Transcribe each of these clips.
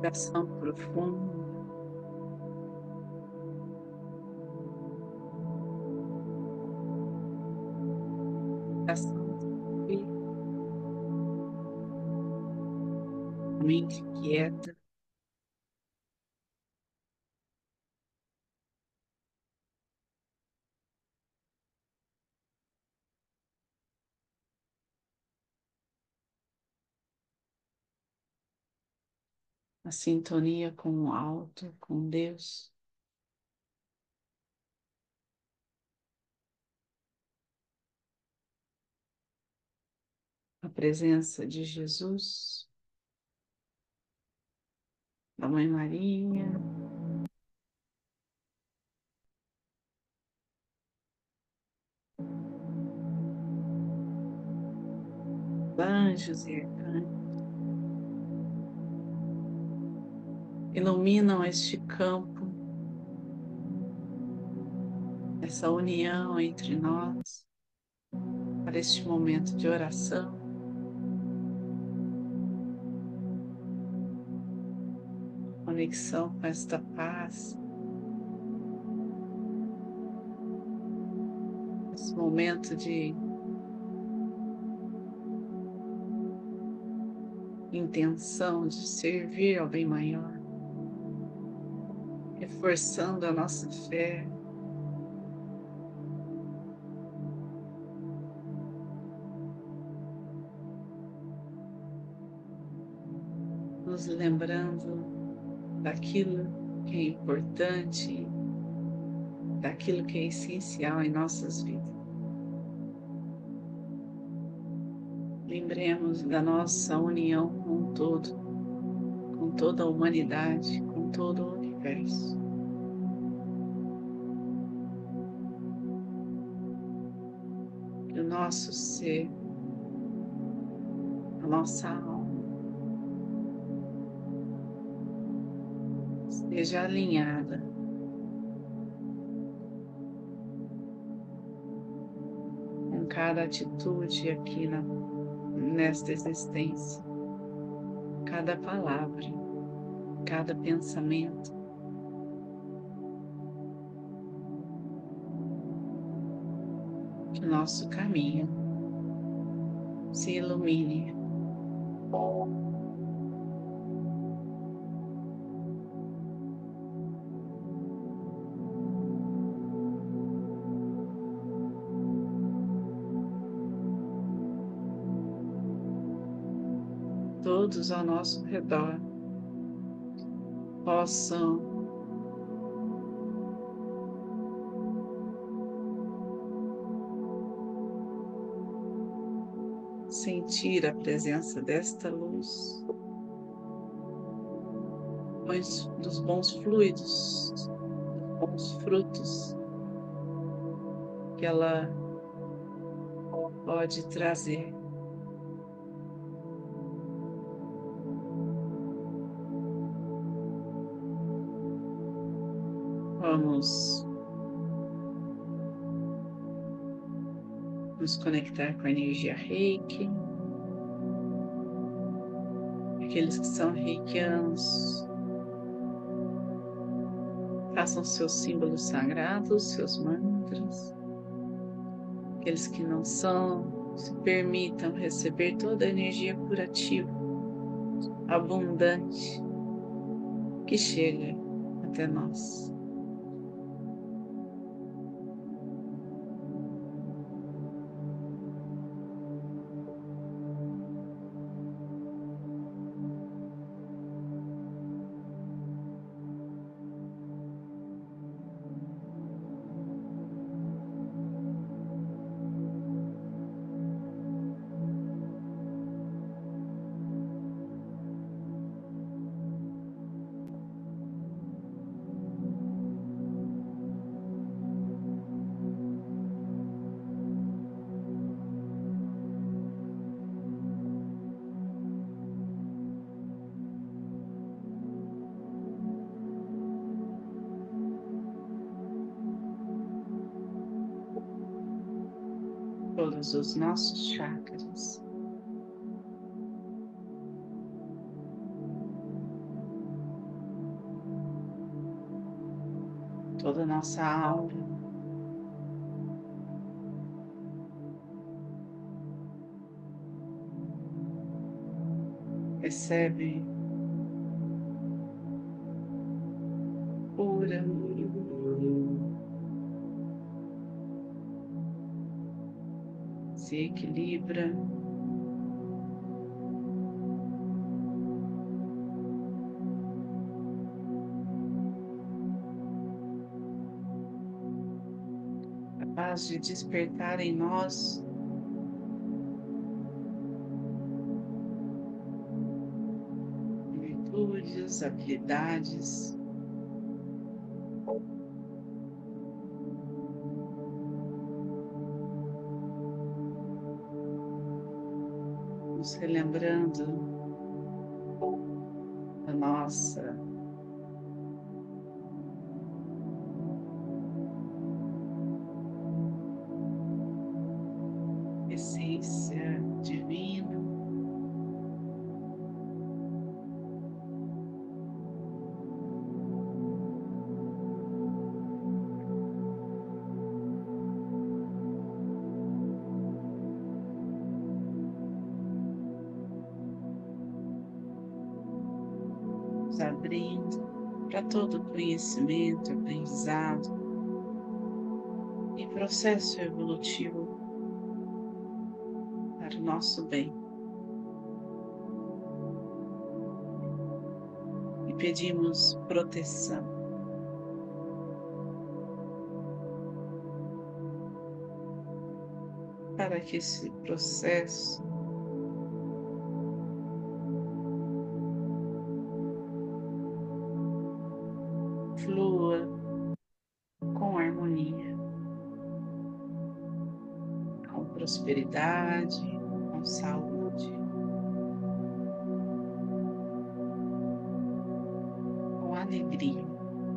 respiração profunda. Respiração tranquila, mente quieta. A sintonia com o alto, com Deus. A presença de Jesus, da Mãe Maria, anjos e arcanjos, iluminam este campo, essa união entre nós, para este momento de oração. Conexão com esta paz, esse momento de intenção de servir ao bem maior, reforçando a nossa fé, nos lembrando daquilo que é importante, daquilo que é essencial em nossas vidas. Lembremos da nossa união com o todo, com toda a humanidade, com todo o universo. Que o nosso ser, a nossa alma, esteja alinhada com cada atitude aqui nesta existência, cada palavra, cada pensamento. Que o nosso caminho se ilumine. Todos ao nosso redor possam sentir a presença desta luz, dos bons fluidos, dos bons frutos que ela pode trazer. Vamos nos conectar com a energia Reiki. Aqueles que são reikianos, façam seus símbolos sagrados, seus mantras. Aqueles que não são, se permitam receber toda a energia curativa, abundante, que chega até nós. Todos os nossos chakras, toda a nossa aura. Recebe cura, se equilibra. Capaz de despertar em nós virtudes, habilidades, nos relembrando da nossa essência divina. Nos abrindo para todo conhecimento, aprendizado e processo evolutivo para o nosso bem. E pedimos proteção para que esse processo flua com harmonia, com prosperidade, com saúde, com alegria.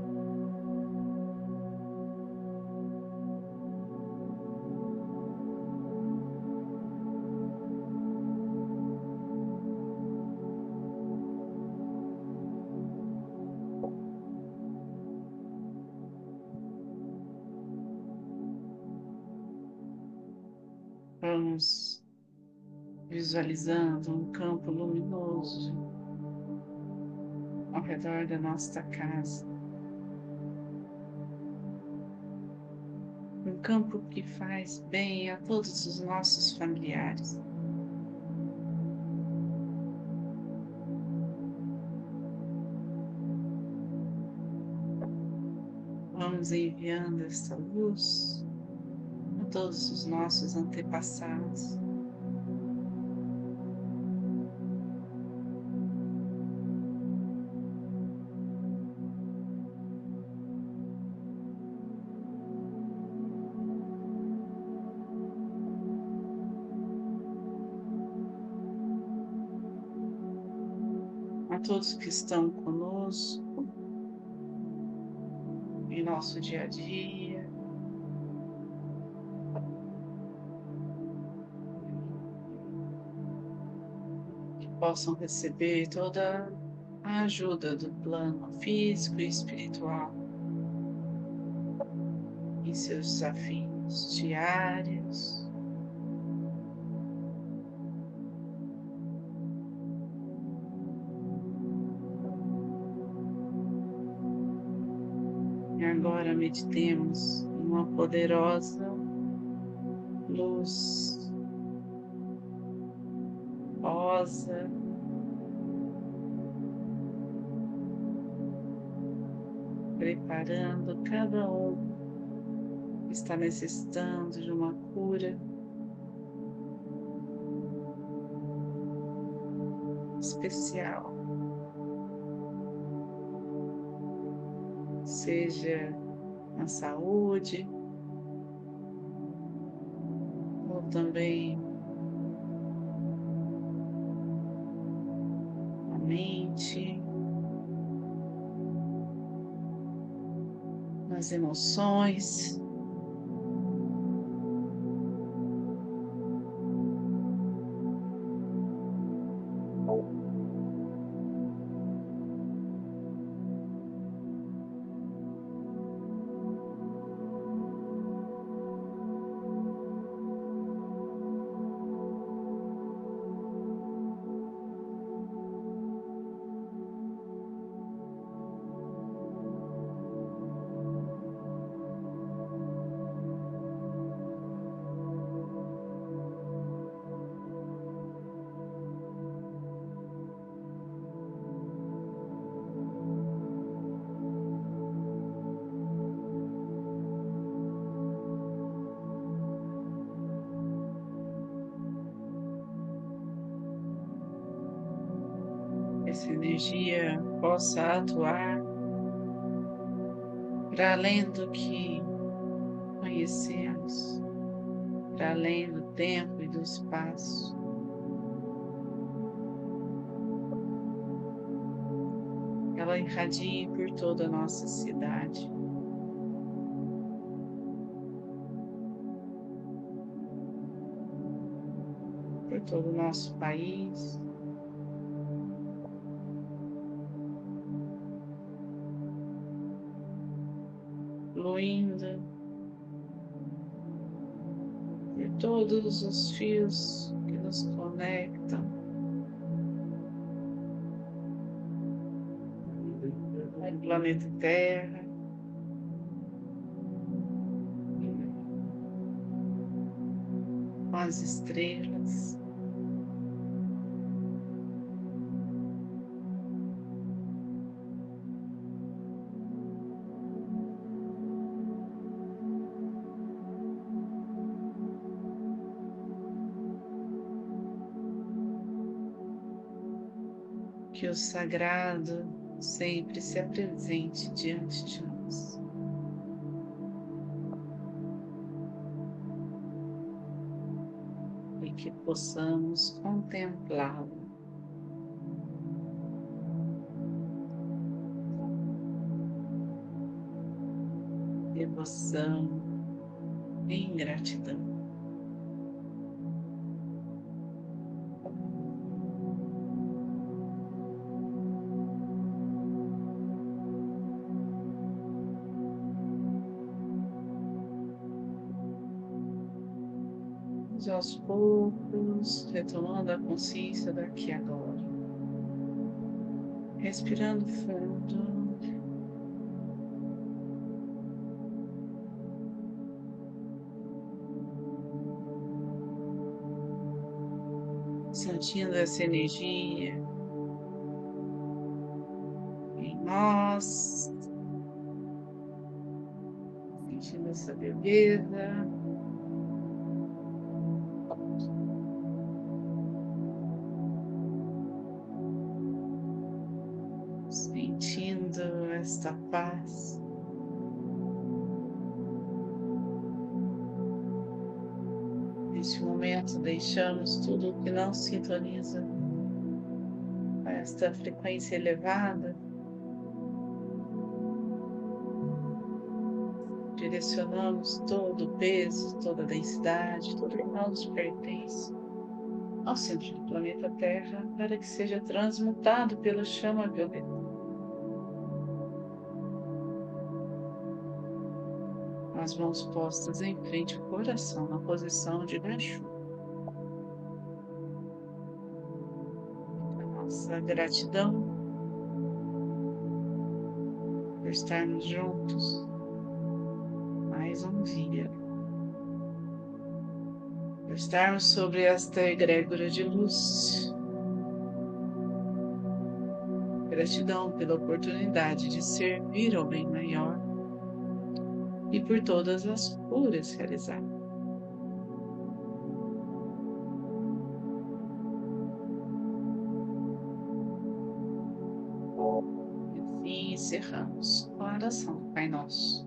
Vamos visualizando um campo luminoso ao redor da nossa casa. Um campo que faz bem a todos os nossos familiares. Vamos enviando essa luz a todos os nossos antepassados. A todos que estão conosco em nosso dia a dia, que possam receber toda a ajuda do plano físico e espiritual em seus desafios diários. E agora meditemos em uma poderosa luz rosa, preparando cada um que está necessitando de uma cura especial, seja na saúde ou também na mente, nas emoções. essa energia possa atuar para além do que conhecemos, para além do tempo e do espaço. Ela irradie por toda a nossa cidade. Por todo o nosso país. Fluindo por todos os fios que nos conectam ao planeta Terra, com as estrelas. Que o sagrado sempre se apresente diante de nós. E que possamos contemplá-lo. Devoção em gratidão. E aos poucos, retomando a consciência daqui e agora. Respirando fundo. Sentindo essa energia em nós, sentindo essa leveza, sentindo esta paz. Neste momento, deixamos tudo o que não sintoniza com esta frequência elevada. Direcionamos todo o peso, toda a densidade, tudo que não nos pertence ao centro do planeta Terra para que seja transmutado pela chama violeta. As mãos postas em frente ao coração, na posição de gancho. A nossa gratidão por estarmos juntos mais um dia. Por estarmos sobre esta egrégora de luz. Gratidão pela oportunidade de servir ao bem maior e por todas as curas realizadas. E assim encerramos com a oração do Pai Nosso.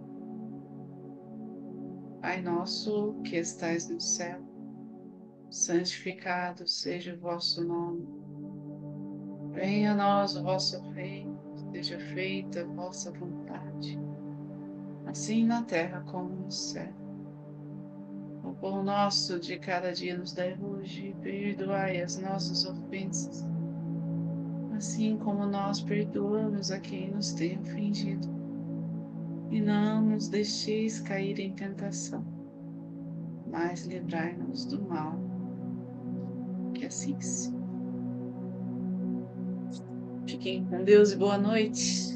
Pai nosso que estais no céu, santificado seja o vosso nome. Venha a nós o vosso reino, seja feita a vossa vontade, assim na terra como no céu. O pão nosso de cada dia nos dai hoje, e perdoai as nossas ofensas, assim como nós perdoamos a quem nos tem ofendido. E não nos deixeis cair em tentação, mas livrai-nos do mal, que assim seja. Fiquem com Deus e boa noite.